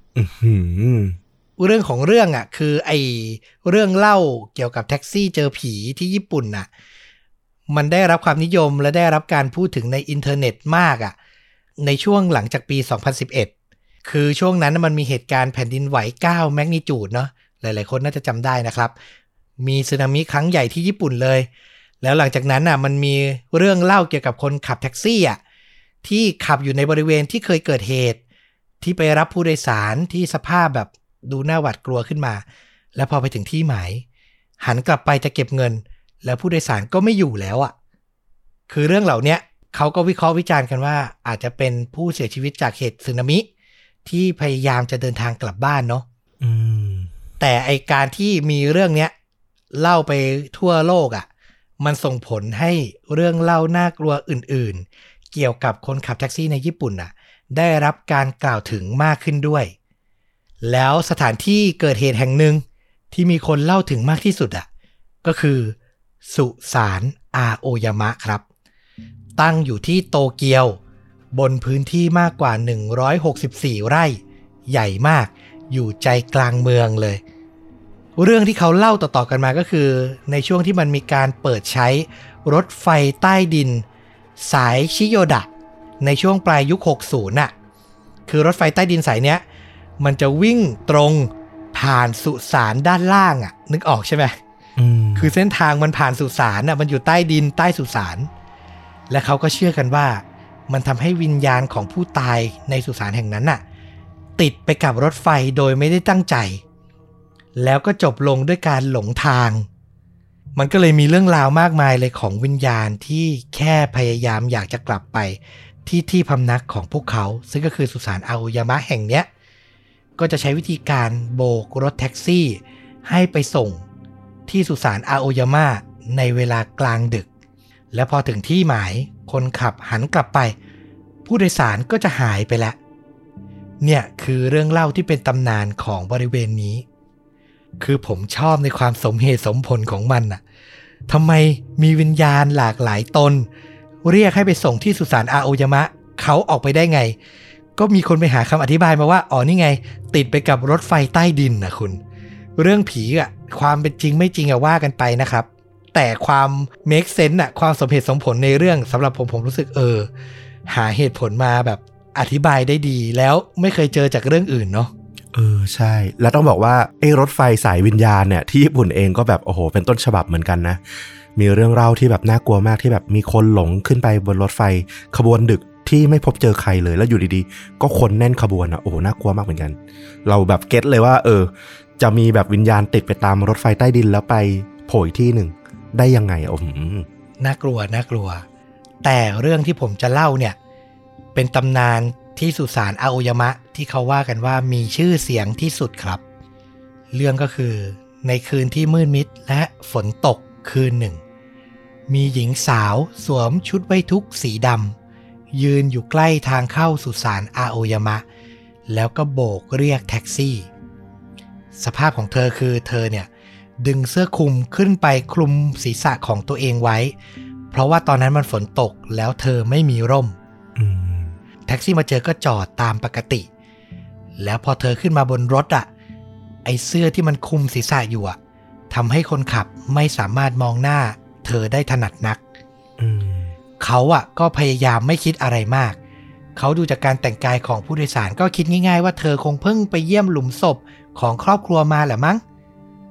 เรื่องของเรื่องอ่ะคือไอเรื่องเล่าเกี่ยวกับแท็กซี่เจอผีที่ญี่ปุ่นน่ะมันได้รับความนิยมและได้รับการพูดถึงในอินเทอร์เน็ตมากอ่ะในช่วงหลังจากปีสองพันสิบเอ็ดคือช่วงนั้นมันมีเหตุการณ์แผ่นดินไหวเก้าแมกนิจูดเนาะหลายๆคนน่าจะจำได้นะครับมีสึนามิครั้งใหญ่ที่ญี่ปุ่นเลยแล้วหลังจากนั้นน่ะมันมีเรื่องเล่าเกี่ยวกับคนขับแท็กซี่อ่ะที่ขับอยู่ในบริเวณที่เคยเกิดเหตุที่ไปรับผู้โดยสารที่สภาพแบบดูน่าหวาดกลัวขึ้นมาแล้วพอไปถึงที่หมายหันกลับไปจะเก็บเงินแล้วผู้โดยสารก็ไม่อยู่แล้วอ่ะคือเรื่องเหล่านี้เขาก็วิเคราะห์วิจารณ์กันว่าอาจจะเป็นผู้เสียชีวิตจากเหตุสึนามิที่พยายามจะเดินทางกลับบ้านเนาะแต่ไอการที่มีเรื่องเนี้ยเล่าไปทั่วโลกอ่ะมันส่งผลให้เรื่องเล่าน่ากลัวอื่นๆเกี่ยวกับคนขับแท็กซี่ในญี่ปุ่นน่ะได้รับการกล่าวถึงมากขึ้นด้วยแล้วสถานที่เกิดเหตุแห่งหนึ่งที่มีคนเล่าถึงมากที่สุดอ่ะก็คือสุสานอาโอยามะครับตั้งอยู่ที่โตเกียวบนพื้นที่มากกว่าหนึ่งร้อยหกสิบสี่ไร่ใหญ่มากอยู่ใจกลางเมืองเลยเรื่องที่เขาเล่าต่อๆกันมาก็คือในช่วงที่มันมีการเปิดใช้รถไฟใต้ดินสายชิโยดะในช่วงปลายยุคหกสิบน่ะคือรถไฟใต้ดินสายเนี้ยมันจะวิ่งตรงผ่านสุสานด้านล่างอ่ะนึกออกใช่ไหมคือเส้นทางมันผ่านสุสานอ่ะมันอยู่ใต้ดินใต้สุสานและเขาก็เชื่อกันว่ามันทำให้วิญญาณของผู้ตายในสุสานแห่งนั้นน่ะติดไปกับรถไฟโดยไม่ได้ตั้งใจแล้วก็จบลงด้วยการหลงทางมันก็เลยมีเรื่องราวมากมายเลยของวิญญาณที่แค่พยายามอยากจะกลับไปที่ที่พำนักของพวกเขาซึ่งก็คือสุสานอาโอยามะแห่งเนี้ยก็จะใช้วิธีการโบกรถแท็กซี่ให้ไปส่งที่สุสานอาโอยามะในเวลากลางดึกและพอถึงที่หมายคนขับหันกลับไปผู้โดยสารก็จะหายไปแล้วเนี่ยคือเรื่องเล่าที่เป็นตำนานของบริเวณนี้คือผมชอบในความสมเหตุสมผลของมันน่ะทำไมมีวิญญาณหลากหลายตนเรียกให้ไปส่งที่สุสานอาโอยามะเขาออกไปได้ไงก็มีคนไปหาคำอธิบายมาว่าอ๋อนี่ไงติดไปกับรถไฟใต้ดินนะคุณเรื่องผีอ่ะความเป็นจริงไม่จริงอะว่ากันไปนะครับแต่ความ make sense อะความสมเหตุสมผลในเรื่องสำหรับผมผมรู้สึกเออหาเหตุผลมาแบบอธิบายได้ดีแล้วไม่เคยเจอจากเรื่องอื่นเนาะเออใช่แล้วต้องบอกว่าไอ้รถไฟสายวิญญาณเนี่ยที่ญี่ปุ่นเองก็แบบโอ้โหเป็นต้นฉบับเหมือนกันนะมีเรื่องเล่าที่แบบน่ากลัวมากที่แบบมีคนหลงขึ้นไปบนรถไฟขบวนดึกที่ไม่พบเจอใครเลยแล้วอยู่ดีๆก็คนแน่นขบวนอ่ะโอ้โหน่ากลัวมากเหมือนกันเราแบบเก็ตเลยว่าเออจะมีแบบวิญญาณติดไปตามรถไฟใต้ดินแล้วไปโผล่ที่หนึ่งได้ยังไงอ๋อน่ากลัวน่ากลัวแต่เรื่องที่ผมจะเล่าเนี่ยเป็นตำนานที่สุสานอาโอยามะที่เขาว่ากันว่ามีชื่อเสียงที่สุดครับเรื่องก็คือในคืนที่มืดมิดและฝนตกคืนหนึ่งมีหญิงสาวสวมชุดไว้ทุกข์สีดำยืนอยู่ใกล้ทางเข้าสุสานอาโอยามะแล้วก็โบกเรียกแท็กซี่สภาพของเธอคือเธอเนี่ยดึงเสื้อคลุมขึ้นไปคลุมศีรษะของตัวเองไว้เพราะว่าตอนนั้นมันฝนตกแล้วเธอไม่มีร่มแท็กซี่มาเจอก็จอดตามปกติแล้วพอเธอขึ้นมาบนรถอ่ะไอเสื้อที่มันคลุมศีรษะอยู่อ่ะทำให้คนขับไม่สามารถมองหน้าเธอได้ถนัดนักเขาอ่ะก็พยายามไม่คิดอะไรมากเขาดูจากการแต่งกายของผู้โดยสารก็คิดง่ายๆว่าเธอคงเพิ่งไปเยี่ยมหลุมศพของครอบครัวมาแหละมั้ง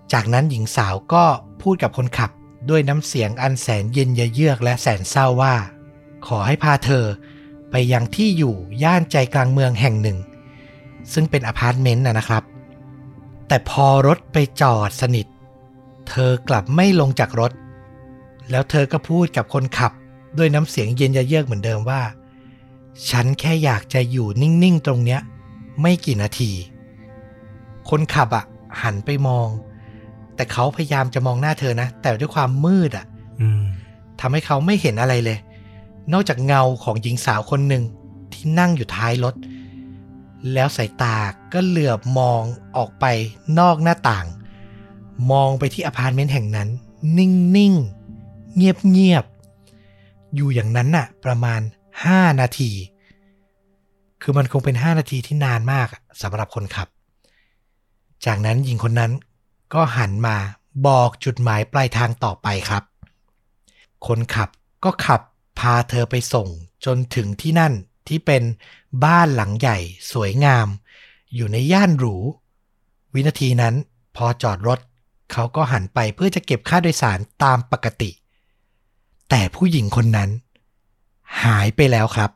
จากนั้นหญิงสาวก็พูดกับคนขับด้วยน้ำเสียงอันแสนเย็นเยือกและแสนเศร้าว่าขอให้พาเธอไปยังที่อยู่ย่านใจกลางเมืองแห่งหนึ่งซึ่งเป็นอพาร์ตเมนต์นะนะครับแต่พอรถไปจอดสนิทเธอกลับไม่ลงจากรถแล้วเธอก็พูดกับคนขับด้วยน้ำเสียงเย็นเยือกเหมือนเดิมว่าฉันแค่อยากจะอยู่นิ่งๆตรงเนี้ยไม่กี่นาทีคนขับอ่ะหันไปมองแต่เขาพยายามจะมองหน้าเธอนะแต่ด้วยความมืดอ่ะทำให้เขาไม่เห็นอะไรเลยนอกจากเงาของหญิงสาวคนหนึ่งที่นั่งอยู่ท้ายรถแล้วสายตาก็เหลือบมองออกไปนอกหน้าต่างมองไปที่อพาร์ตเมนต์แห่งนั้นนิ่งๆเงียบๆอยู่อย่างนั้นน่ะประมาณห้านาทีคือมันคงเป็นห้านาทีที่นานมากสำหรับคนขับจากนั้นหญิงคนนั้นก็หันมาบอกจุดหมายปลายทางต่อไปครับคนขับก็ขับพาเธอไปส่งจนถึงที่นั่นที่เป็นบ้านหลังใหญ่สวยงามอยู่ในย่านหรูวินาทีนั้นพอจอดรถเขาก็หันไปเพื่อจะเก็บค่าโดยสารตามปกติแต่ผู้หญิงคนนั้นหายไปแล้วครับ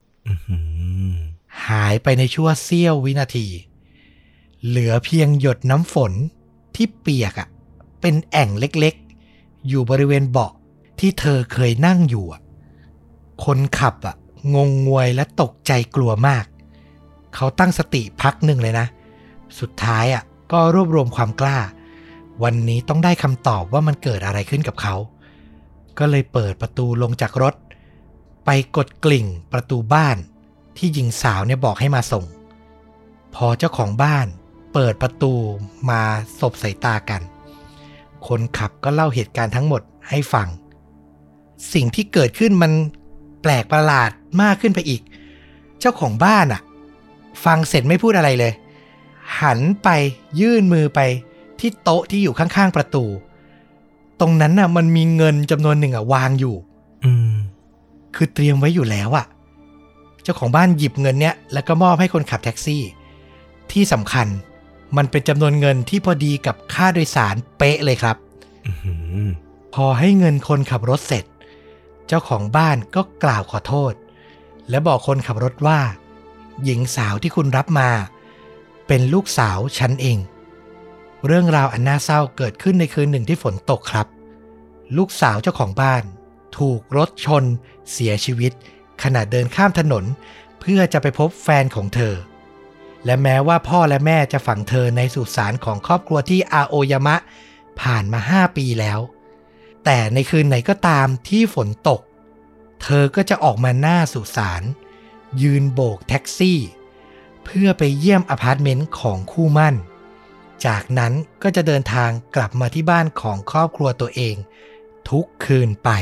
mm-hmm. หายไปในชั่วเสี้ยววินาทีเหลือเพียงหยดน้ำฝนที่เปียกอ่ะเป็นแอ่งเล็กๆอยู่บริเวณเบาะที่เธอเคยนั่งอยู่คนขับอ่ะงงงวยและตกใจกลัวมากเขาตั้งสติพักหนึ่งเลยนะสุดท้ายอ่ะก็รวบรวมความกล้าวันนี้ต้องได้คำตอบว่ามันเกิดอะไรขึ้นกับเขาก็เลยเปิดประตูลงจากรถไปกดกลิ่งประตูบ้านที่หญิงสาวเนี่ยบอกให้มาส่งพอเจ้าของบ้านเปิดประตูมาสบสายตากันคนขับก็เล่าเหตุการณ์ทั้งหมดให้ฟังสิ่งที่เกิดขึ้นมันแปลกประหลาดมากขึ้นไปอีกเจ้าของบ้านอ่ะฟังเสร็จไม่พูดอะไรเลยหันไปยื่นมือไปที่โต๊ะที่อยู่ข้างๆประตูตรงนั้นน่ะมันมีเงินจำนวนหนึ่งอ่ะวางอยู่อืมคือเตรียมไว้อยู่แล้วอ่ะเจ้าของบ้านหยิบเงินเนี้ยแล้วก็มอบให้คนขับแท็กซี่ที่สำคัญมันเป็นจำนวนเงินที่พอดีกับค่าโดยสารเป๊ะเลยครับ mm-hmm. พอให้เงินคนขับรถเสร็จเจ้าของบ้านก็กล่าวขอโทษและบอกคนขับรถว่าหญิงสาวที่คุณรับมาเป็นลูกสาวฉันเองเรื่องราวอันน่าเศร้าเกิดขึ้นในคืนหนึ่งที่ฝนตกครับลูกสาวเจ้าของบ้านถูกรถชนเสียชีวิตขณะเดินข้ามถนนเพื่อจะไปพบแฟนของเธอและแม้ว่าพ่อและแม่จะฝังเธอในสุสานของครอบครัวที่อาโอยามะผ่านมาห้าปีแล้วแต่ในคืนไหนก็ตามที่ฝนตกเธอก็จะออกมาหน้าสุสานยืนโบกแท็กซี่เพื่อไปเยี่ยมอพาร์ตเมนต์ของคู่หมั่นจากนั้นก็จะเดินทางกลับมาที่บ้านของครอบครัวตัวเองทุกคืนไป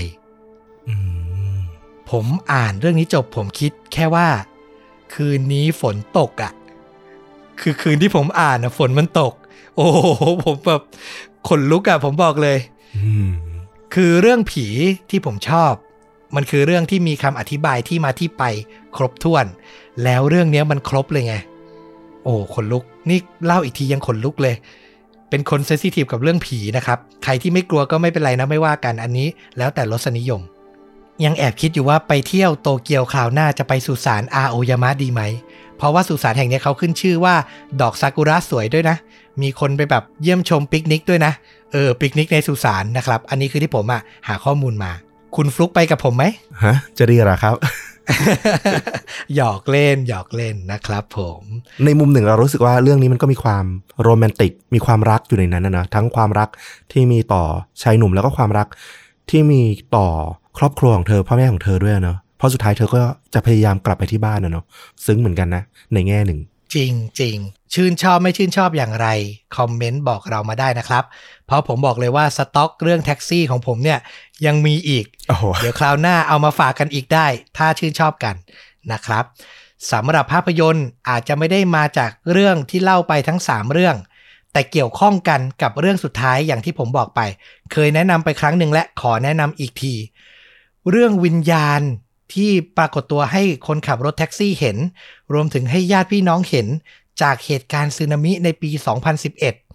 mm. ผมอ่านเรื่องนี้จบผมคิดแค่ว่าคืนนี้ฝนตกอ่ะคือคืนที่ผมอ่านนะฝนมันตกโอ้โหผมแบบขนลุกอ่ะผมบอกเลย mm. คือเรื่องผีที่ผมชอบมันคือเรื่องที่มีคำอธิบายที่มาที่ไปครบถ้วนแล้วเรื่องนี้มันครบเลยไงโอ้ขนลุกนี่เล่าอีกทียังขนลุกเลยเป็นคนเซนซิทีฟกับเรื่องผีนะครับใครที่ไม่กลัวก็ไม่เป็นไรนะไม่ว่ากันอันนี้แล้วแต่รสนิยมยังแอบคิดอยู่ว่าไปเที่ยวโตเกียวคราวหน้าจะไปสุสานอาโอยามะดีไหมเพราะว่าสุสานแห่งนี้เขาขึ้นชื่อว่าดอกซากุระสวยด้วยนะมีคนไปแบบเยี่ยมชมปิกนิกด้วยนะเออปิกนิกในสุสานนะครับอันนี้คือที่ผมอ่ะหาข้อมูลมาคุณฟลุกไปกับผมไหมฮะจะดีเหรอครับหยอกเล่นหยอกเล่นนะครับผมในมุมหนึ่งเรารู้สึกว่าเรื่องนี้มันก็มีความโรแมนติกมีความรักอยู่ในนั้นนะนะทั้งความรักที่มีต่อชายหนุ่มแล้วก็ความรักที่มีต่อครอบครัวของเธอพ่อแม่ของเธอด้วยเนาะเพราะสุดท้ายเธอก็จะพยายามกลับไปที่บ้านนะเนาะซึ้งเหมือนกันนะในแง่หนึ่งจริงจริงชื่นชอบไม่ชื่นชอบอย่างไรคอมเมนต์บอกเรามาได้นะครับเพราะผมบอกเลยว่าสต็อกเรื่องแท็กซี่ของผมเนี่ยยังมีอีก oh. เดี๋ยวคราวหน้าเอามาฝากกันอีกได้ถ้าชื่นชอบกันนะครับสำหรับภาพยนตร์อาจจะไม่ได้มาจากเรื่องที่เล่าไปทั้งสามเรื่องแต่เกี่ยวข้องกันกับเรื่องสุดท้ายอย่างที่ผมบอกไปเคยแนะนำไปครั้งหนึ่งและขอแนะนำอีกทีเรื่องวิญญาณที่ปรากฏตัวให้คนขับรถแท็กซี่เห็นรวมถึงให้ญาติพี่น้องเห็นจากเหตุการณ์สึนามิในปีสองพันสิบเอ็ด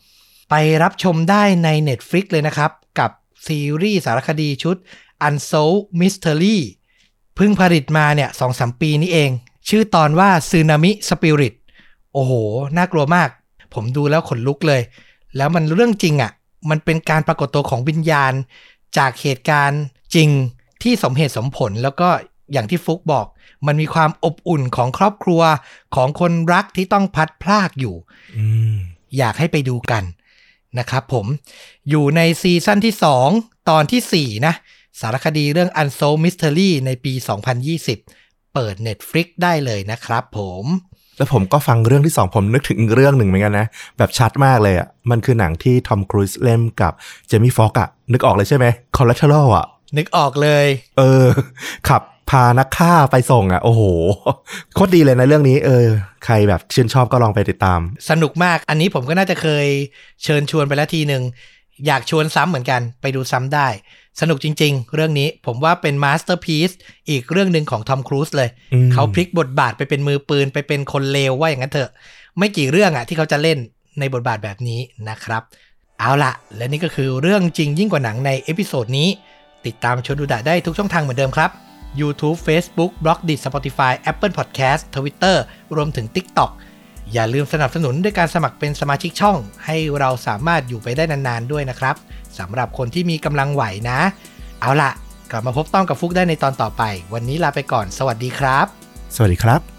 ไปรับชมได้ใน Netflix เลยนะครับกับซีรีส์สารคดีชุด Unsolved Mystery เพิ่งผลิตมาเนี่ย สองถึงสาม ปีนี้เองชื่อตอนว่า Tsunami Spirit โอ้โหน่ากลัวมากผมดูแล้วขนลุกเลยแล้วมันเรื่องจริงอ่ะมันเป็นการปรากฏตัวของวิญญาณจากเหตุการณ์จริงที่สมเหตุสมผลแล้วก็อย่างที่ฟุกบอกมันมีความอบอุ่นของครอบครัวของคนรักที่ต้องพลัดพรากอยู่ mm. อยากให้ไปดูกันนะครับผมอยู่ในซีซั่นที่สองตอนที่สี่นะสารคดีเรื่อง Unsolved Mystery ในปีสองพันยี่สิบเปิด Netflix ได้เลยนะครับผมแล้วผมก็ฟังเรื่องที่สองผมนึกถึงเรื่องหนึ่งเหมือนกันนะแบบชัดมากเลยอ่ะมันคือหนังที่ทอมครูซเล่นกับเจมี่ฟ็อกอ่ะนึกออกเลยใช่ไหม Collateral อ่ะนึกออกเลยเออขับพานักฆ่าไปส่งอ่ะโอ้โหโคตรดีเลยนะเรื่องนี้เออใครแบบชื่นชอบก็ลองไปติดตามสนุกมากอันนี้ผมก็น่าจะเคยเชิญชวนไปแล้วทีนึงอยากชวนซ้ำเหมือนกันไปดูซ้ำได้สนุกจริงๆเรื่องนี้ผมว่าเป็นมาสเตอร์พีซอีกเรื่องนึงของทอมครูซเลยเขาพลิกบทบาทไปเป็นมือปืนไปเป็นคนเลวว่าอย่างนั้นเถอะไม่กี่เรื่องอะที่เขาจะเล่นในบทบาทแบบนี้นะครับเอาล่ะและนี่ก็คือเรื่องจริงยิ่งกว่าหนังในเอพิโซดนี้ติดตามชวนดูดะได้ทุกช่องทางเหมือนเดิมครับ YouTube Facebook Blogdit Spotify Apple Podcast Twitter รวมถึง TikTok อย่าลืมสนับสนุนด้วยการสมัครเป็นสมาชิกช่องให้เราสามารถอยู่ไปได้นานๆด้วยนะครับสำหรับคนที่มีกำลังไหวนะเอาล่ะกลับมาพบต้องกับฟุกได้ในตอนต่อไปวันนี้ลาไปก่อนสวัสดีครับสวัสดีครับ